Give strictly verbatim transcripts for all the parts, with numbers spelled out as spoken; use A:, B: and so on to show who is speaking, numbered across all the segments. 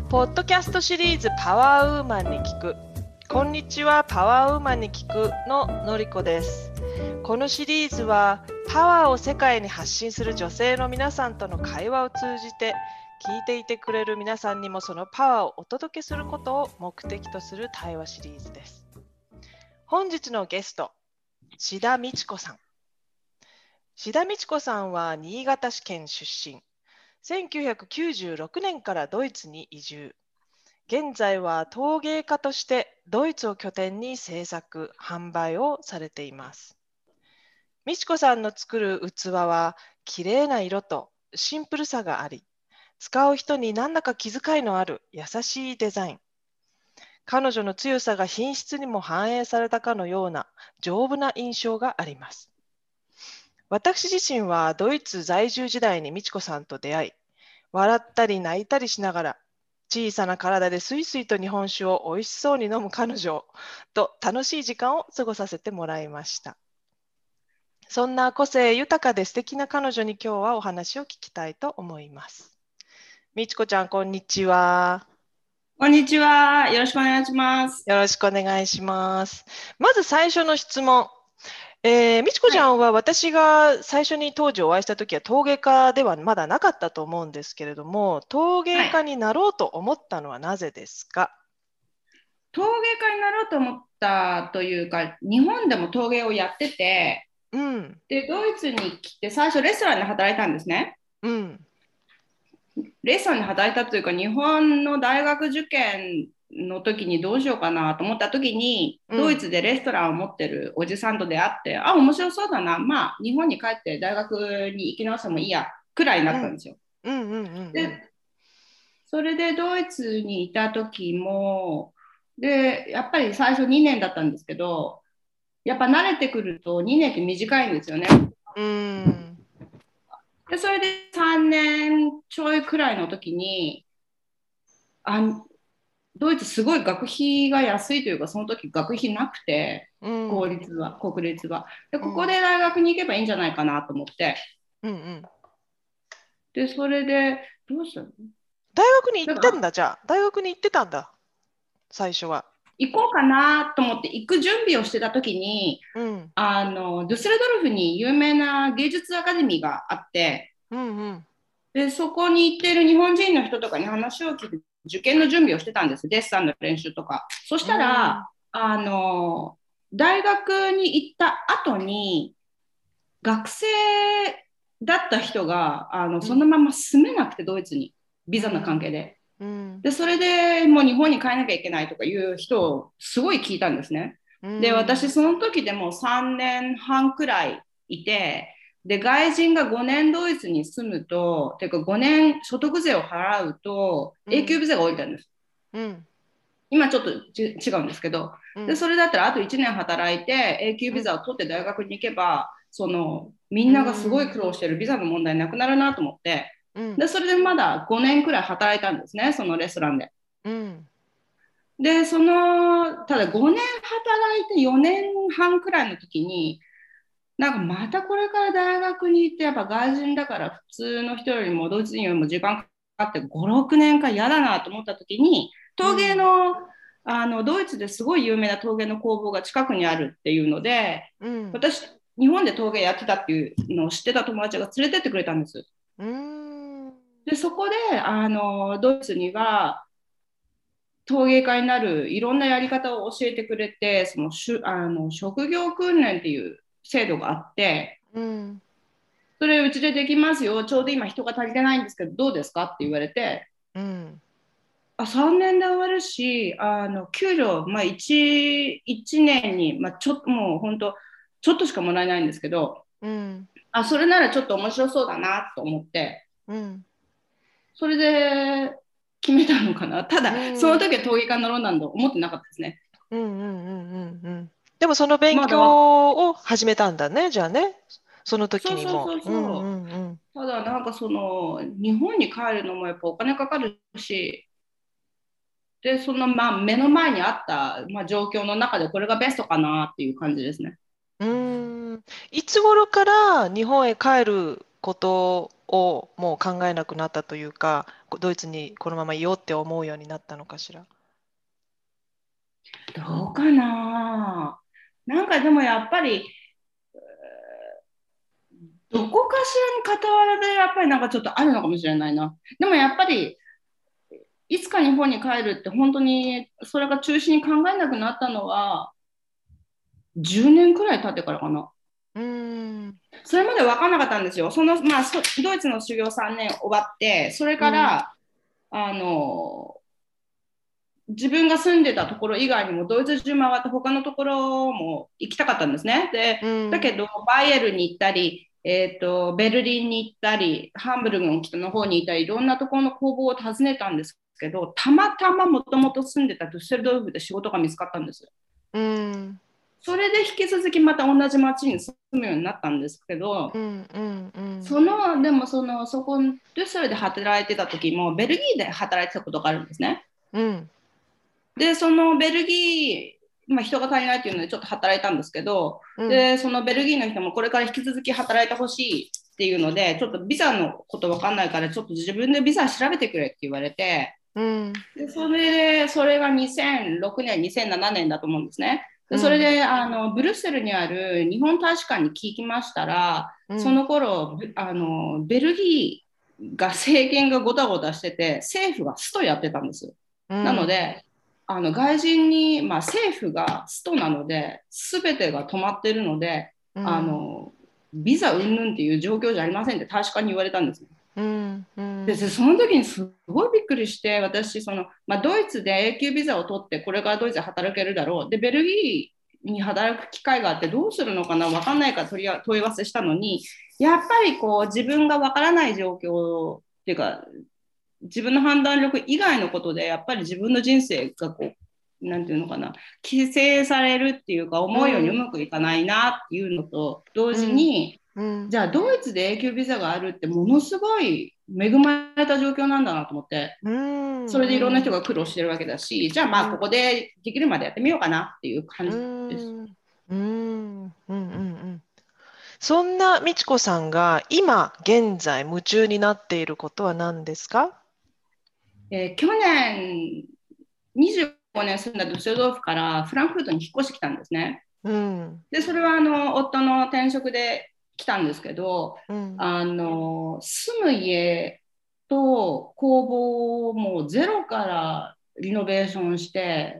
A: ポッドキャストシリーズパワーウーマンに聞く。こんにちは、パワーウーマンに聞くののりこです。このシリーズはパワーを世界に発信する女性の皆さんとの会話を通じて、聞いていてくれる皆さんにもそのパワーをお届けすることを目的とする対話シリーズです。本日のゲスト、志田美智子さん。志田美智子さんは新潟市県出身。せんきゅうひゃくきゅうじゅうろくねんからドイツに移住。現在は陶芸家としてドイツを拠点に制作・販売をされています。美智子さんの作る器は綺麗な色とシンプルさがあり、使う人に何だか気遣いのある優しいデザイン。彼女の強さが品質にも反映されたかのような丈夫な印象があります。私自身はドイツ在住時代に美智子さんと出会い、笑ったり泣いたりしながら、小さな体でスイスイと日本酒を美味しそうに飲む彼女と楽しい時間を過ごさせてもらいました。そんな個性豊かで素敵な彼女に今日はお話を聞きたいと思います。美智子ちゃん、こんにちは。
B: こんにちは。よろしくお願いします。
A: よろしくお願いします。まず最初の質問。えー、美智子ちゃんは私が最初に当時お会いした時は陶芸家ではまだなかったと思うんですけれども、陶芸家になろうと思ったのはなぜですか？
B: 陶芸家になろうと思ったというか、日本でも陶芸をやってて、
A: うん、
B: で、ドイツに来て最初レストランで働いたんですね。
A: うん、
B: レストランで働いたというか、日本の大学受験の時にどうしようかなと思った時に、
A: うん、
B: ドイツでレストランを持ってるおじさんと出会って、あ、面白そうだな。まあ、日本に帰って大学に行き直してもいいや、くらいになったんですよ。
A: うん、うん、うん、うん。
B: で、それでドイツにいた時も、で、やっぱり最初にねんだったんですけど、やっぱ慣れてくるとにねんって短いんですよね。
A: うん、
B: で、それでさんねんちょいくらいの時に、あ、ドイツすごい学費が安いというか、その時学費なくて、
A: うん、
B: 公立は、国立は。で、
A: うん、
B: ここで大学に行けばいいんじゃないかなと思って、
A: うん。
B: で、それで、どうしたの
A: 大学に行ってん
B: だから
A: だ、じゃあ。大学に行ってたんだ、最初は。
B: 行こうかなと思って行く準備をしてた時に、
A: うん、
B: あのドゥッセルドルフに有名な芸術アカデミーがあって、
A: うん、うん、
B: でそこに行っている日本人の人とかに話を聞いて受験の準備をしてたんです。デッサンの練習とか。そし
A: う
B: た
A: ん、
B: らあの大学に行った後に学生だった人があの
A: うん、
B: そのまま住めなくて、ドイツにビザの関
A: うん、
B: 係で。
A: うん、
B: で、それでもう日本に帰らなきゃいけないとかいう人をすごい聞いたんですね。
A: う
B: で、私
A: ん、
B: その時でもさんねんはんくらいいて、で、外人がごねんドイツに住むと、ていうかごねん所得税を払うと永久
A: うん、
B: ビザが下りたんです。
A: うん、
B: 今ちょっと違うんですけど、で、
A: うん、
B: それだったらあといちねん働いて永久ビ
A: うん、
B: ザを取って大学に行けば、そのみ
A: う
B: んながすごい
A: ん、
B: 苦労してるビザの問題なくなるなと思って、
A: うん、
B: で、それでまだごねんくらい働いたんですね、そのレストランで。
A: うん、
B: で、その、ただごねん働いてよねんはんくらいの時に、なんかまたこれから大学に行って、やっぱ外人だから普通の人よりもドイツ人よりも時間かかってご、ろくねんか嫌だなと思った時に、陶芸
A: うん、
B: の、あの、ドイツですごい有名な陶芸の工房が近くにあるっていうので、
A: うん、
B: 私、日本で陶芸やってたっていうのを知ってた友達が連れてってくれたんです。
A: うん、
B: で、そこで、あの、ドイツには、陶芸家になるいろんなやり方を教えてくれて、そのしゅあの職業訓練っていう制度があって、
A: うん、
B: それうちでできますよ、ちょうど今人が足りてないんですけど、どうですかって言われて、
A: うん、
B: あ、さんねんで終わるし、あの給料、まあ、1, 1年に、まあ、ちょっともう本当、ちょっとしかもらえないんですけど、
A: うん、
B: あ、それならちょっと面白そうだなと思って、
A: うん、
B: それで決めたのかな。ただ、その
A: うん、
B: 時は陶芸家になろうなんて思ってなかったですね。
A: うん、うん、うん。でもその勉
B: まだわ
A: 強を始めたんだね、じゃあね。その時にも。
B: そうそうそう
A: うん、う
B: そう。
A: ん、うん。
B: ただなんかその日本に帰るのもやっぱお金かかるし、でそのまあ目の前にあった、まあ、状況の中でこれがベストかなっていう感じですね。
A: うーん。いつ頃から日本へ帰ることをもう考えなくなったというか、ドイツにこのままいようって思うようになったのかしら。
B: どうかな。なんかでもやっぱり、どこかしらに傍らでやっぱりなんかちょっとあるのかもしれないな。でもやっぱり、いつか日本に帰るって本当にそれが中心に考えなくなったのはじゅうねんくらい経ってからかな。
A: うーん。
B: それまで分からなかったんですよ。その、まあ、そドイツの修行さんねん終わって、それ
A: うん。
B: から、あの、自分が住んでたところ以外にもドイツ中回って他のところも行きたかったんですね。で、
A: うん。
B: だけど、バイエルに行ったり、えーと、ベルリンに行ったり、ハンブルグの北の方に行ったり、いろんなところの工房を訪ねたんですけど、たまたまもともと住んでたドゥッセルドルフで仕事が見つかったんです。
A: うん。
B: それで引き続きまた同じ町に住むようになったんですけど、
A: うん。うん。うん。
B: その、でもその、そこ、デュッセルで働いてた時も、ベルギーで働いてたことがあるんですね。
A: うん。
B: で、そのベルギー、まあ、人が足りないっていうのでちょっと働いたんですけど、
A: うん。
B: で、そのベルギーの人もこれから引き続き働いてほしいっていうので、ちょっとビザのことわかんないから、ちょっと自分でビザ調べてくれって言われて、
A: うん。
B: で、それで、それがにせんろくねん、にせんななねんだと思うんですね。で、それ
A: うん。
B: で、あの、ブルッセルにある日本大使館に聞きましたら、そ
A: うん。
B: の頃、あの、ベルギーが政権がごたごたしてて、政府がストやってたんです。なの
A: うん。
B: で、あの外人に、まあ、政府がストなので、すべてが止まってるので、あ
A: うん。
B: の、ビザ云々っていう状況じゃありませんって大使館に言われたんですね。
A: うん。うん。
B: で、その時にすごいびっくりして、私、その、まあ、ドイツで永久ビザを取って、これからドイツで働けるだろう。で、ベルギーに働く機会があってどうするのかな、分かんないから問い問い合わせしたのに、やっぱりこう自分が分からない状況っていうか、自分の判断力以外のことで、やっぱり自分の人生がこう、なんていうのかな、規制されるっていうか、思うようにうまくいかないなっていうのと同時
A: うん。
B: に、
A: うん。
B: じゃあドイツで永久ビザがあるってものすごい恵まれた状況なんだなと思って、
A: うん。
B: それでいろんな人
A: うん。
B: が苦労してるわけだし、じゃあまあこ
A: うん。
B: こでできるまでやってみようかなっていう感
A: う
B: じです。
A: ん。うん。うん。そんな美智子さんが今現在夢中になっていることは何ですか？
B: えー去年にじゅうごねん住んだドゥッセルドーフからフランクフルトに引っ越してきたんですね。
A: うん。
B: で、それはあの夫の転職で来たんですけど、
A: うん。
B: あの住む家と工房をもうゼロからリノベーションして、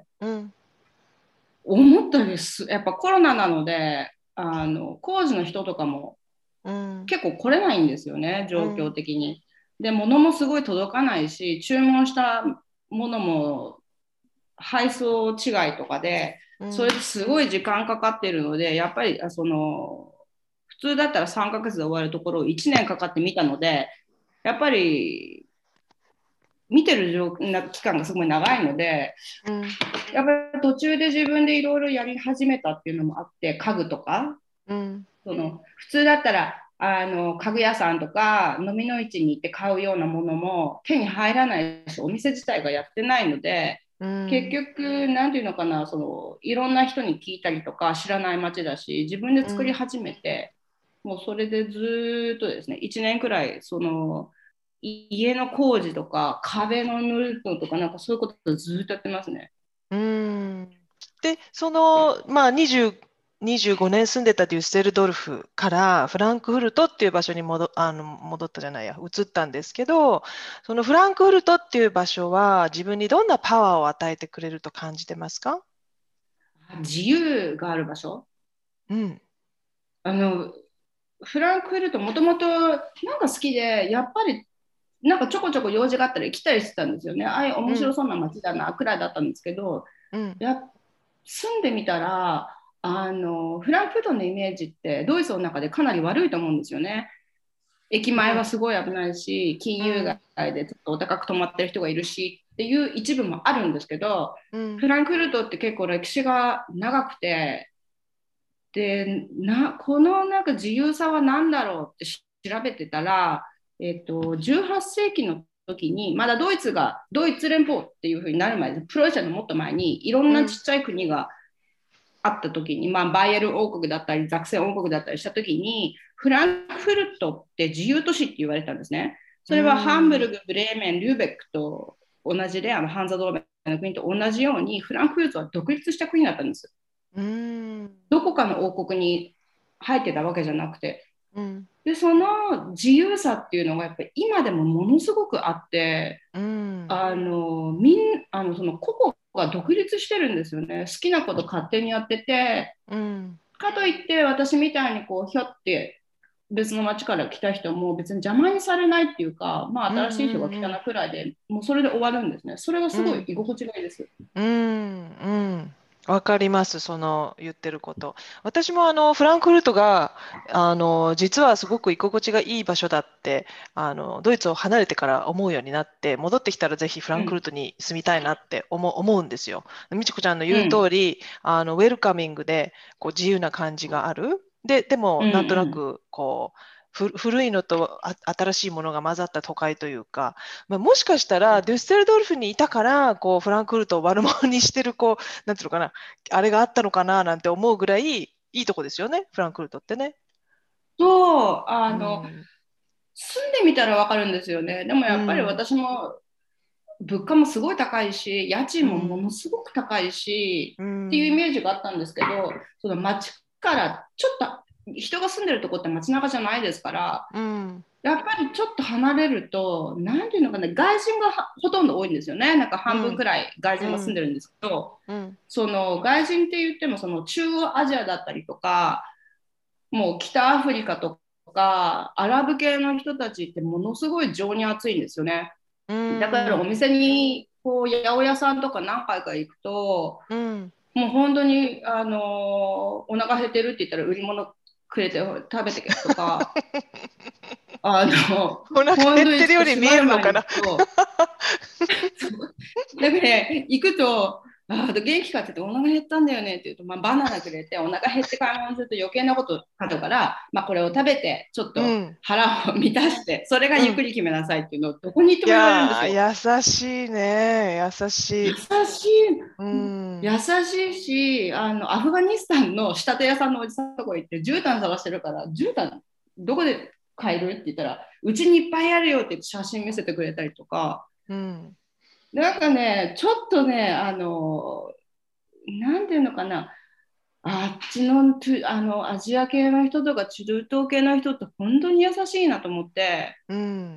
A: うん。
B: 思ったよりすやっぱコロナなので、あの工事の人とかも
A: うん。
B: 結構来れないんですよね、状況
A: うん。
B: 的に。で、物もすごい届かないし、注文したものも配送違いとかで、それ
A: うん。
B: ですごい時間かかってるので、やっぱりその普通だったらさんかげつで終わるところをいちねんかかって見たので、やっぱり見てる期間がすごい長いので、
A: うん。
B: やっぱり途中で自分でいろいろやり始めたっていうのもあって、家具とか、
A: うん。
B: その普通だったらあの家具屋さんとか飲みの市に行って買うようなものも手に入らないし、お店自体がやってないので、
A: う
B: 結
A: ん。
B: 局なんていうのかな、そのいろんな人に聞いたりとか、知らない街だし自分で作り始めて、もうそれでずっとですねいちねんくらい、その家の工事とか壁の塗るのとか、なんかそういうことをずっとやってますね。
A: うん。で、その、まあ、にじゅう、にじゅうごねん住んでたデュッセルドルフからフランクフルトっていう場所に戻、あの、戻ったじゃないや、移ったんですけど、そのフランクフルトっていう場所は自分にどんなパワーを与えてくれると感じてますか？
B: 自由がある場所、
A: うん。
B: あのフランクフルトもともとなんか好きで、やっぱりなんかちょこちょこ用事があったら来たりしてたんですよね。ああいう面白
A: うん。
B: そうな街だなくらいだったんですけど、
A: うん。
B: や住んでみたら、あのフランクフルトのイメージってドイツの中でかなり悪いと思うんですよね。駅前はすごい危ないし、金融
A: うん。
B: 街でちょっとお高く泊まってる人がいるしっていう一部もあるんですけど、
A: うん。
B: フランクフルトって結構歴史が長くて、でなこのなんか自由さは何だろうって調べてたら、えっと、じゅうはっせいきの時にまだドイツがドイツ連邦っていう風になる前で、プロイセンのもっと前にいろん
A: うん。
B: なちっちゃい国があった時に、まあ、バイエル王国だったりザクセン王国だったりした時にフランクフルトって自由都市って言われたんですね。それはハンブルグ、ブレーメン、リューベックと同じで、あのハンザ同盟の国と同じようにフランクフルトは独立した国だったんです。
A: うん。
B: どこかの王国に入ってたわけじゃなくて。
A: うん。
B: でその自由さっていうのがやっぱり今でもものすごくあって、
A: うん。
B: あのみんあのその個々が独立してるんですよね。好きなこと勝手にやってて、
A: うん。
B: かといって私みたいにこうひょって別の町から来た人も別に邪魔にされないっていうか、まあ、
A: うん。
B: 新しい人が来たなくらいで、もうそれで終わるんですね。それがすごい居心地がいいです。
A: うん。うん。わかります、その言ってること。私もあのフランクフルトがあの実はすごく居心地がいい場所だってあのドイツを離れてから思うようになって、戻ってきたらぜひフランクフル
B: うん、
A: トに住みたいなって思う、思うんですよ。みちこちゃんの言う通
B: うん、
A: り、あのウェルカミングでこう自由な感じがある。で、で
B: うん、
A: もなんとな
B: うん。
A: くこうふ古いのとあ新しいものが混ざった都会というか、まあ、もしかしたらデュッセルドルフにいたからこうフランクフルトを悪者にしてるこうなんていうのかな、あれがあったのかななんて思うぐらいいいとこですよね、フランクフルトってね。
B: と
A: う
B: あの
A: ん。
B: 住んでみたら分かるんですよね。でも
A: う
B: やっぱり
A: ん。
B: 私も物価もすごい高いし、家
A: う
B: 賃ももの
A: ん。
B: すごく高いし
A: う
B: っていうイ
A: ん。
B: メージがあったんですけど、その街からちょっと人が住んでるとこって街中じゃないですから、
A: うん。
B: やっぱりちょっと離れると、なんていうのかな、外人がほとんど多いんですよね。なんか半分く
A: うん。
B: らい外人が住んで
A: うん。
B: るんですけど、
A: うん。
B: その外人って言ってもその中央アジアだったりとか、もう北アフリカとかアラブ系の人たちってものすごい情に熱いんですよね。
A: う
B: だからお
A: ん。
B: 店にこう八百屋さんとか何回か行くと、
A: うん。
B: もう本当にあのお腹減ってるって言ったら売り物くれて食べてけとか、あの
A: お腹減
B: 本当にちょっと
A: ってるように見
B: 閉まる前に
A: えるのかな。
B: 行くと、なんかね、行くと、ああ、元気かって言って、お腹減ったんだよねって言うと、まあ、バナナくれて、お腹減って買い物すると余計なことかとから、まあ、これを食べて、ちょっと
A: うん。
B: 腹を満たして、それが
A: うん。
B: ゆっくり決めなさいっていうのをどこに行って
A: い
B: も言われるんで
A: や
B: すよ。
A: ー、優しいね。優し
B: 優
A: い。
B: しい、
A: うん。
B: 優しいし、あのアフガニスタンの仕立て屋さんのおじさんのとこ行って、絨毯探してるから、絨毯どこで買えるって言ったら、うちにいっぱいあるよって写真見せてくれたりとか、
A: うん。
B: なんかね、ちょっとね、あの、なんていうのかな、あっちの、あのアジア系の人とか中東系の人って本当に優しいなと思って、
A: うん。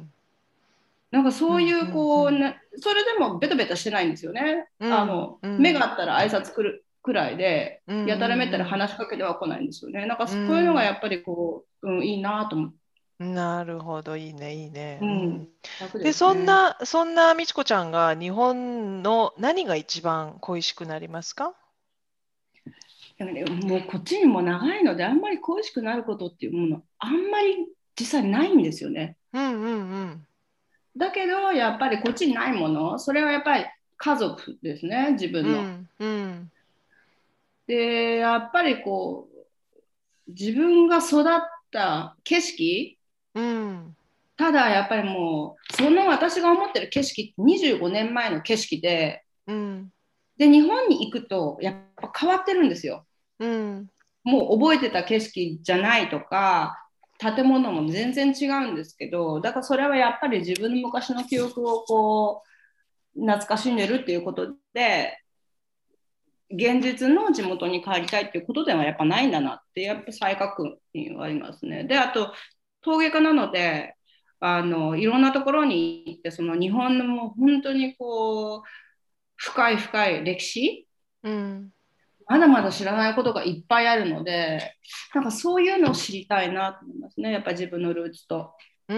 B: なんか
A: うん。
B: そういう
A: うん。う
B: こう、
A: ん。
B: ね、それでもベタベタしてないんですよね。
A: うん。
B: あの
A: うん。
B: 目があったら挨拶くるくらいで、
A: うん。
B: やたらめったら
A: うん。
B: 話しかけては来ないんですよね。なんか
A: う
B: そういうのがや
A: ん。
B: っぱりこう、うん、いいなと思って。
A: なるほど、いいね、いいね。
B: うん、
A: うん。
B: 楽
A: で、
B: ですね。
A: そんな、そんなみちこちゃんが日本の何が一番恋しくなりますか？
B: でもね、もうこっちにも長いので、あんまり恋しくなることっていうもの、あんまり実際ないんですよね。
A: うんうんうん。
B: だけど、やっぱりこっちにないもの、それはやっぱり家族ですね、自分の。
A: うんうん
B: で、やっぱりこう、自分が育った景色、
A: うん
B: ただやっぱりもう、その私が思ってる景色ってにじゅうごねんまえの景色で、
A: うん
B: で、日本に行くと、やっぱ変わってるんですよ。
A: うん
B: もう覚えてた景色じゃないとか、建物も全然違うんですけど、だからそれはやっぱり自分の昔の記憶をこう、懐かしんでるっていうことで、現実の地元に帰りたいっていうことではやっぱないんだなってやっぱ再確認はありますね。で、あと陶芸家なので、あのいろんなところに行って、その日本のもう本当にこう深い深い歴史、
A: うん
B: まだまだ知らないことがいっぱいあるので、なんかそういうのを知りたいなと思いますね、やっぱり自分のルーツと。
A: うん。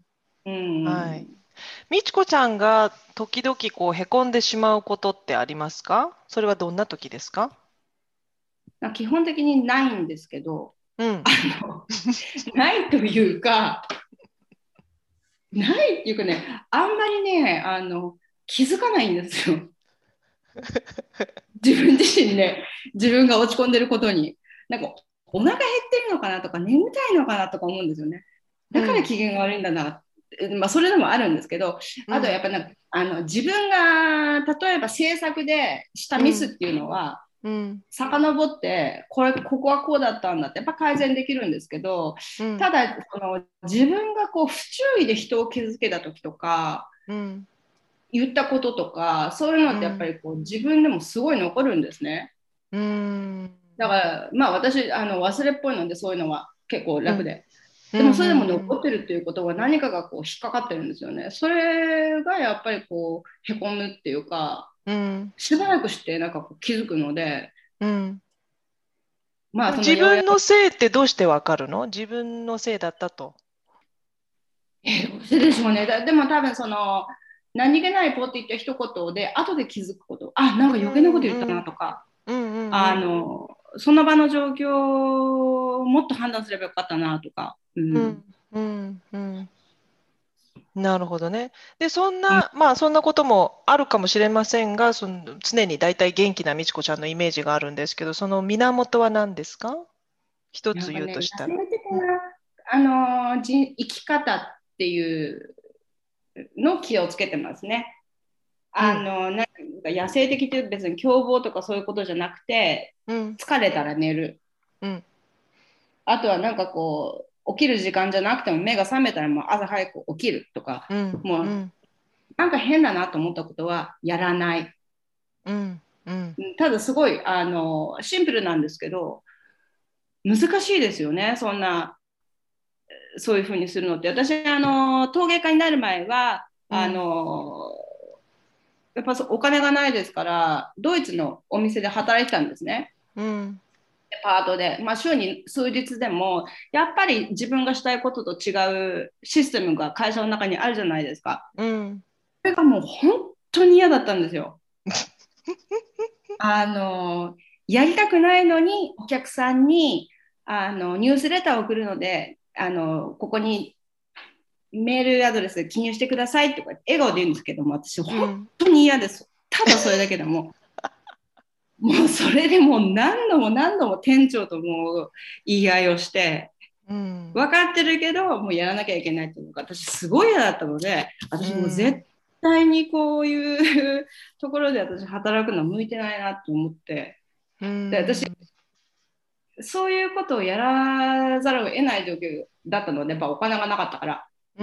B: う
A: はい。
B: ん、
A: みちこちゃんが時々こうへこんでしまうことってありますか？それはどんな時ですか？
B: 基本的にないんですけど、
A: うん。
B: あのないというか、ないっていうかね、あんまりね、あの気づかないんですよ。自分自身ね、自分が落ち込んでることに。なんか、お腹減ってるのかなとか、眠たいのかなとか思うんですよね。だから
A: うん。
B: 機嫌が悪いんだな。まあ、それでもあるんですけど、
A: うん。
B: あとはやっぱなんか、あの自分が例えば制作でした
A: うん。
B: ミスっていうのは、
A: うん、
B: 遡ってこれここはこうだったんだってやっぱ改善できるんですけど、
A: うん、
B: ただその自分がこう不注意で人を傷つけた時とか
A: うん、
B: 言ったこととかそういうのってやっぱ
A: うん、
B: りこう自分でもすごい残るんですね。
A: うん、
B: だからまあ私あの忘れっぽいのでそういうのは結構
A: うん、
B: 楽で。
A: うん、
B: でもそれでも
A: うん、
B: 残ってるっていうことは何かがこう引っかかってるんですよね。それがやっぱりこうへこむっていうか
A: うん、
B: しばらくしてなんかこう気づくので、
A: うん。
B: まあその
A: 自
B: 八百屋、
A: 分のせいってどうしてわかるの？自分のせいだったと。
B: えーどうしてでしょうね。だでも多分その何気ないポって言った一言で後で気づくこと、あ、なんか余計なこと言った
A: うん、うん、
B: なとか、
A: うん、うん、
B: あ
A: うん、
B: のその場の状況をもっと判断すればよかったなとか、うん、
A: うん、うん、うん。なるほどね。で、そん
B: うん、
A: な、まあ、そんなこともあるかもしれませんが、その常に大体元気な美智子ちゃんのイメージがあるんですけど、その源は何ですか？一つ言うと
B: なんかね、
A: したら。
B: 野生的
A: うん、
B: なあのじ生き方っていうの気をつけてますね。
A: うん、
B: あのなんか野生的って別に凶暴とかそういうことじゃなくて、
A: うん、
B: 疲れたら寝る。
A: うん、
B: あとはなんかこう、起きる時間じゃなくても目が覚めたらもう朝早く起きるとか、
A: うん、
B: もう
A: うん、
B: なんか変だなと思ったことはやらない。
A: うん、うん、
B: うん、ただすごいあのシンプルなんですけど、難しいですよね、そんな、そういうふうにするのって。私、あの陶芸家になる前は、あ
A: うん、
B: のやっぱお金がないですから、ドイツのお店で働いてたんですね。
A: うん、
B: パートで、まあ、週に数日でも、やっぱり自分がしたいことと違うシステムが会社の中にあるじゃないですか。
A: うん、
B: それがもう本当に嫌だったんですよ。あの、やりたくないのにお客さんにあのニュースレターを送るので、あの、ここにメールアドレス記入してくださいって笑顔で言うんですけども、私本
A: うん、
B: 当に嫌です。ただそれだけでも、もうそれでもう何度も何度も店長ともう言い合いをして、
A: うん、
B: 分かってるけど、もうやらなきゃいけないっていうのが私すごい嫌だったので、
A: う
B: 私もう絶
A: ん、
B: 対にこういうところで私働くのは向いてないなと思って、
A: う
B: で、私、
A: ん、
B: そういうことをやらざるを得ない状況だったので、やっぱお金がなかったから。
A: うん。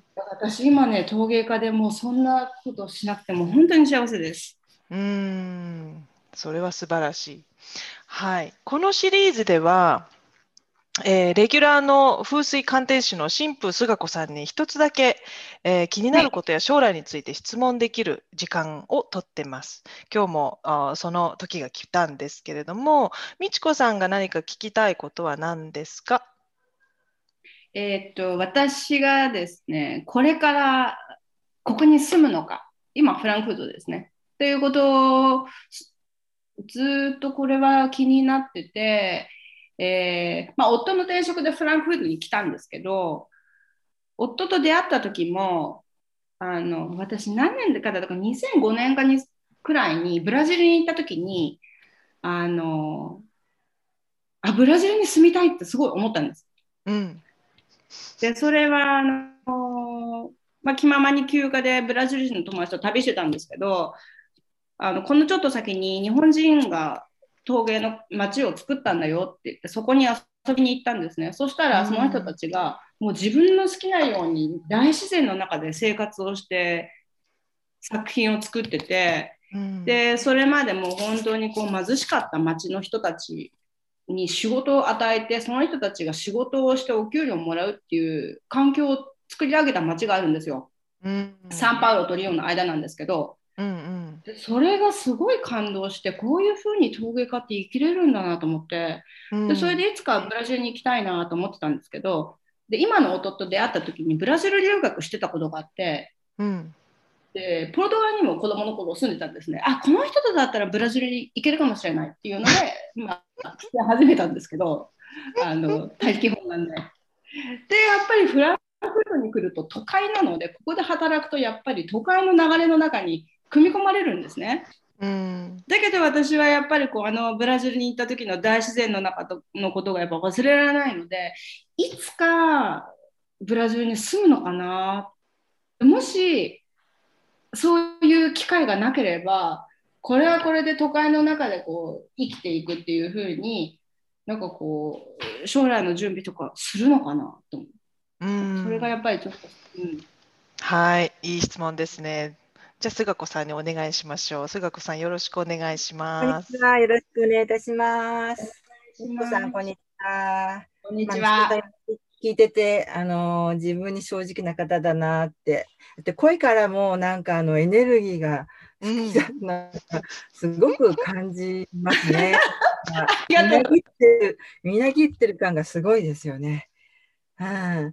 B: 私今ね、陶芸家でもうそんなことしなくても本当に幸せです。
A: うーん、それは素晴らしい。はい。このシリーズでは、えーレギュラーの風水鑑定士の新風菅子さんに一つだけ、えー気に
B: はい。
A: なることや将来について質問できる時間をとってます。今日もあーその時が来たんですけれども、美智子さんが何か聞きたいことは何ですか？
B: えーっと、私がですね、これからここに住むのか、今フランクフルトですね。ということをずっとこれは気になってて、えーまあ、夫の転職でフランクフルトに来たんですけど、夫と出会った時も、あの私何年かだったかにせんごねんかにくらいにブラジルに行った時にあのあブラジルに住みたいってすごい思ったんです。
A: うん、
B: でそれはあの、まあ、気ままに休暇でブラジル人の友達と旅してたんですけど、あのこのちょっと先に日本人が陶芸の街を作ったんだよって言ってそこに遊びに行ったんですね。そした
A: う
B: らその人た
A: ん、
B: ちがもう自分の好きなように大自然の中で生活をして作品を作ってて、
A: うん、
B: でそれまでも本当にこう貧しかった町の人たちに仕事を与えてその人たちが仕事をしてお給料をもらうっていう環境を作り上げた町があるんですよ。
A: うん、
B: サンパウロとリオの間なんですけど、
A: うん、
B: でそれがすごい感動してこういうふうに陶芸家って生きれるんだなと思って、でそれ
A: うん、
B: でいつかブラジルに行きたいなと思ってたんですけど、で今の夫と出会った時にブラジル留学してたことがあって、
A: うん、
B: でポルトガルにも子供の頃住んでたんですね。あ、この人とだったらブラジルに行けるかもしれないっていうので、まあ、来て始めたんですけど、あの大気本なんで。で、やっぱりフランクフルトに来ると都会なので、ここで働くとやっぱり都会の流れの中に組み込まれるんですね。
A: うん、
B: だけど私はやっぱりこうあのブラジルに行った時の大自然の中のことがやっぱ忘れられないので、いつかブラジルに住むのかな。もしそういう機会がなければこれはこれで都会の中でこう生きていくっていうふうに、なんかこう将来の準備とかするのかなと思う。
A: う
B: それがやっ
A: ん。
B: ぱりちょっと、うん、
A: はい、いい質問ですね。じゃあ、菅子さんにお願いしましょう。菅子さん、よろしくお願いし
C: こんに
A: ます。
C: ちは。よろしくお願いいたします。
B: し
C: みちこさん、こん
B: ます。
C: にちは。
B: こんに
C: まあ、みちこさん
B: ちは。
C: 聞いてて、あのー自分に正直な方だなって。で、声からもなんかあのエネルギーが
A: う
C: 好きだ
A: ん。
C: な、すごく感じますね。まあ
B: ありがとうござい
C: みなぎってる、みなぎってる感がすごいですよね。うん、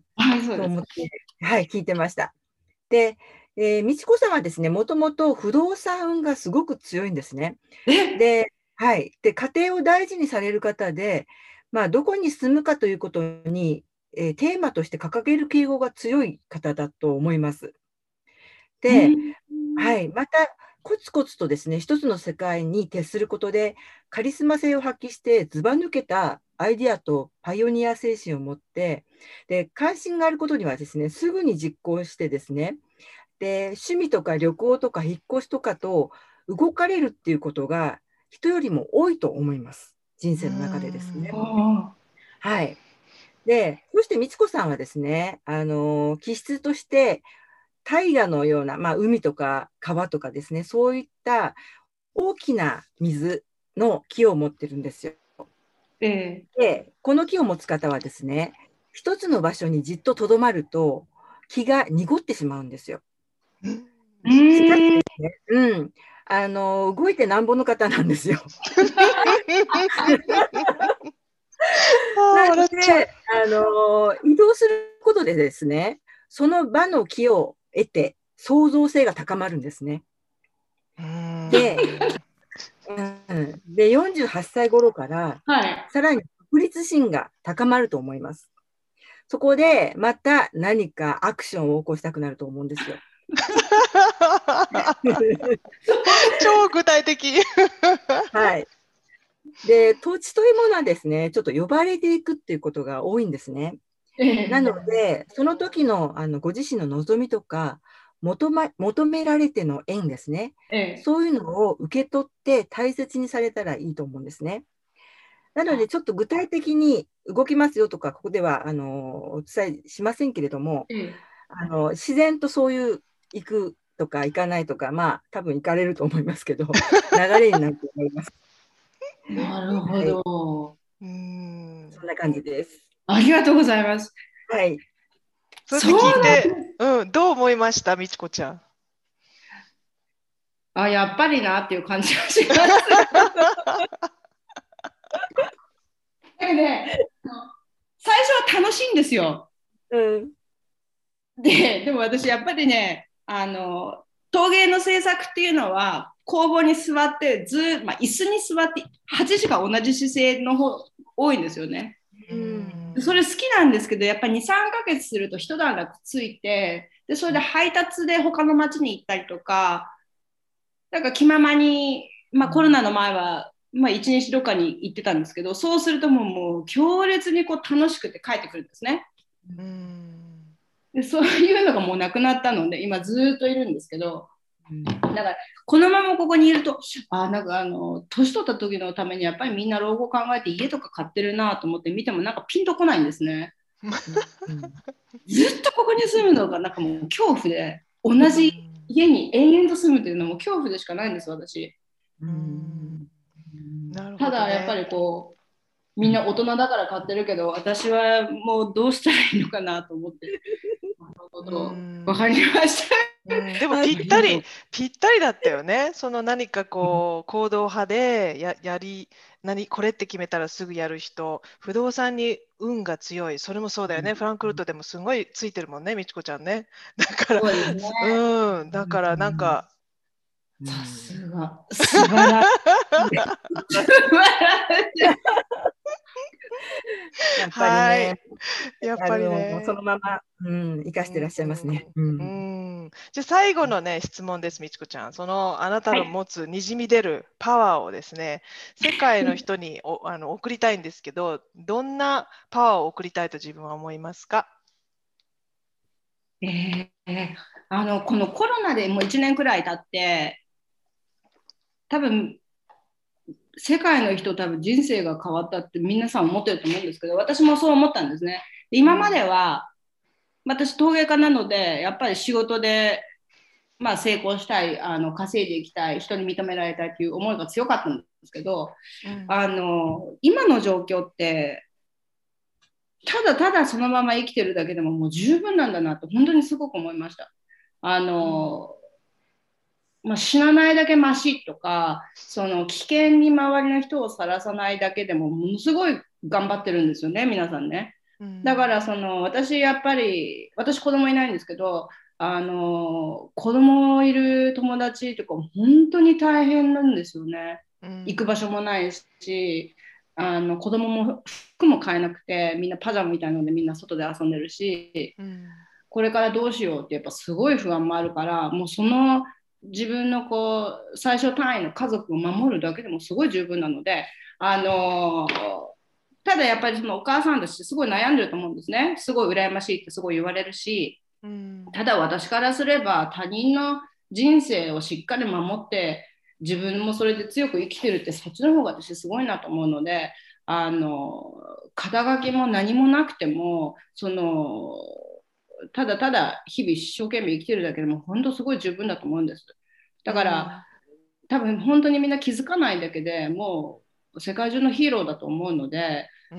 B: ます。そうです。
C: と思って、はい、聞いてました。で、えー、美智子さんはですね、もともと不動産運がすごく強いんですね。
B: え、
C: で、はい。で、家庭を大事にされる方で、まあ、どこに住むかということに、えーテーマとして掲げる傾向が強い方だと思います。で、
B: うん、
C: はい。また、コツコツとですね、一つの世界に徹することで、カリスマ性を発揮して、ずば抜けたアイディアとパイオニア精神を持って、で、関心があることにはですね、すぐに実行してですね、で、趣味とか旅行とか引っ越しとかと動かれるっていうことが人よりも多いと思います。人
A: う
C: 生の中でですね。
B: あ
C: はい。で、そして美智子さんはですね、あの、気質として大河のような、まあ、海とか川とかですね、そういった大きな水の木を持ってるんですよ。
B: ーえ
C: で、この木を持つ方はですね、一つの場所にじっととどまると木が濁ってしまうんですよ。
A: ん。
B: ー、う
C: しかし
B: ーん。
C: ですね、うん、あの、動いてなんぼの方なんですよ。
A: ああ、
C: なん
A: 笑っちゃう。
C: で、あの、移動することでですね、その場の気を得て、創造性が高まるんですね。
A: うー
C: で、
A: ん。
C: うん、で、よんじゅうはっさい頃から、
B: はい。
C: さらに独立心が高まると思います。そこで、また何かアクションを起こしたくなると思うんですよ。
A: 超具体的。
C: はい。で、土地というものはですね、ちょっと呼ばれていくっていうことが多いんですね。な
B: え
C: ので、その時のあのご自身の望みとか求ま、求められての縁ですね。
B: ー、え
C: そういうのを受け取って大切にされたらいいと思うんですね。なので、ちょっと具体的に動きますよとか、ここではあのお伝えしませんけれども、
B: ー、え
C: あの自然とそういう行くとか行かないとか、まあ、多分行かれると思いますけど、流れになると思います。
B: ー、なるほ
C: はい、
B: ど。
A: うーん。
C: そんな感じです。
B: ありがとうございます。
C: はい。
A: それで
B: そう
A: 聞いて、
B: なんです。
A: うん、どう思いました、みちこちゃん。
B: あ、やっぱりなっていう感じがします。でね、最初は楽しいんですよ。
C: うん。
B: で、でも私やっぱりね、あの、陶芸の制作っていうのは、工房に座ってず、まあ、椅子に座ってはちじかん同じ姿勢の方多いんですよね。
A: うー
C: うん。
B: それ
A: ん。
B: 好きなんですけど、やっぱりに、さんかげつすると一段落ついて、で、それで配達で他の町に行ったりとか、なんか気ままに、まあコロナの前は、まあ一日どっかに行ってたんですけど、そうするともう、もう強烈にこう楽しくて帰ってくるんですね。
A: うーん。
B: で、そういうのがもうなくなったので、今ずっといるんですけど、
C: うん。
B: だからこのままここにいると、あ、なんかあの、年取った時のためにやっぱりみんな老後考えて家とか買ってるなと思って見てもなんかピンとこないんですね。
C: うん。
B: ずっとここに住むのがなんかもう恐怖で、同
A: うー
B: じ
A: ん。
B: 家に延々と住むっていうのも恐怖でしかないんです、私。
C: う
A: うーん。
C: ん。
A: なる
B: た
A: ほどね。
B: だやっぱりこう、みんな大人だから買ってるけど、私はもうどうしたらいいのかなと思って、なるほ
A: うー
B: ど、わかり
A: ん。
B: ました。
A: うん、でも
C: あ
A: ぴっ
B: あり
A: たり、
B: がとう。
A: ぴったりだったよね。その何かこう、行動派でや、やり、何、これって決めたらすぐやる人、不動産に運が強い、それもそうだよね。フランクフルトでもすごいついてるもんね、みちこちゃんね。だから、
B: そうですね。
A: うん、だからなんか、
B: さ
C: うん。
B: すが、素晴らしい。素晴らしい。
C: やっぱり
A: はい。
C: ね、
A: やっ
C: あ
A: ぱり
C: の、そ
A: ね。
C: のまま、うん、生かしてらっしゃいますね。う
A: う
C: ん。
A: ん。うん。じゃあ最後のね、質問です、みちこちゃん。そのあなた
B: はい。
A: の持つにじみ出るパワーをですね、世界の人におあの送りたいんですけど、どんなパワーを送りたいと自分は思いますか？
B: えー、あの、このコロナでもういちねんくらい経って、 多分世界の人多分人生が変わったって皆さん思ってると思うんですけど、私もそう思ったんですね。で今までは、うん、私陶芸家なのでやっぱり仕事で、まあ、成功したい、あの稼いでいきたい、人に認められたいという思いが強かったんですけど、うん、あの今の状況ってただただそのまま生きてるだけでももう十分なんだなと本当にすごく思いました。あの、まあ、死なないだけマシとか、その危険に周りの人をさらさないだけでもものすごい頑張ってるんですよね、皆さんね。だからその私やっぱり私子供いないんですけど、あの子供いる友達とか本当に大変なんですよね。行く場所もないし、あの子供も服も買えなくてみんなパジャマみたいなのでみんな外で遊んでるし、うん、これからどうしようってやっぱすごい不安もあるから、もうその自分のこう最小単位の家族を守るだけでもすごい十分なので、あのただやっぱりそのお母さんたちすごい悩んでると思うんですね。すごい羨ましいってすごい言われるし、うん、ただ私からすれば他人の人生をしっかり守って自分もそれで強く生きてるってそっちの方が私すごいなと思うので、あの肩書きも何もなくてもそのただただ日々一生懸命生きてるだけでも本当すごい十分だと思うんです。だから、うん、多分本当にみんな気づかないだけでもう世界中のヒーローだと思うので、うん、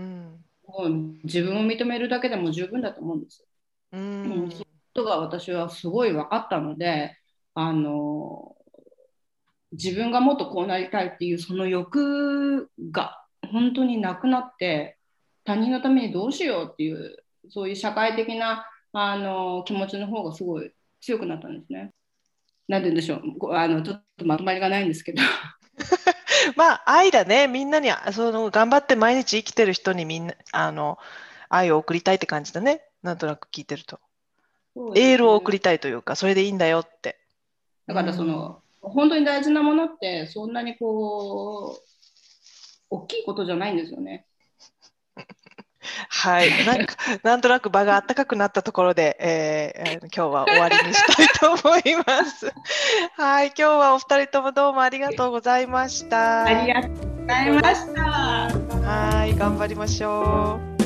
B: もう自分を認めるだけでも十分だと思うんです。うん、そういうことが私はすごい分かったので、あの自分がもっとこうなりたいっていうその欲が本当になくなって、他人のためにどうしようっていうそういう社会的なあの気持ちの方がすごい強くなったんですね。なんて言うんでしょう、あのちょっとまとまりがないんですけど
A: まあ愛だね。みんなにその頑張って毎日生きてる人にみんなあの愛を送りたいって感じだね。なんとなく聞いてると、ね、エールを送りたいというか、それでいいんだよって。
B: だからその、うん、本当に大事なものってそんなにこう大きいことじゃないんですよね。
A: はい、なんかなんとなく場が暖かくなったところで、えー、今日は終わりにしたいと思います。はい、今日はお二人ともどうもありがとうございました。
B: ありがとうございました。
A: はい、頑張りましょう。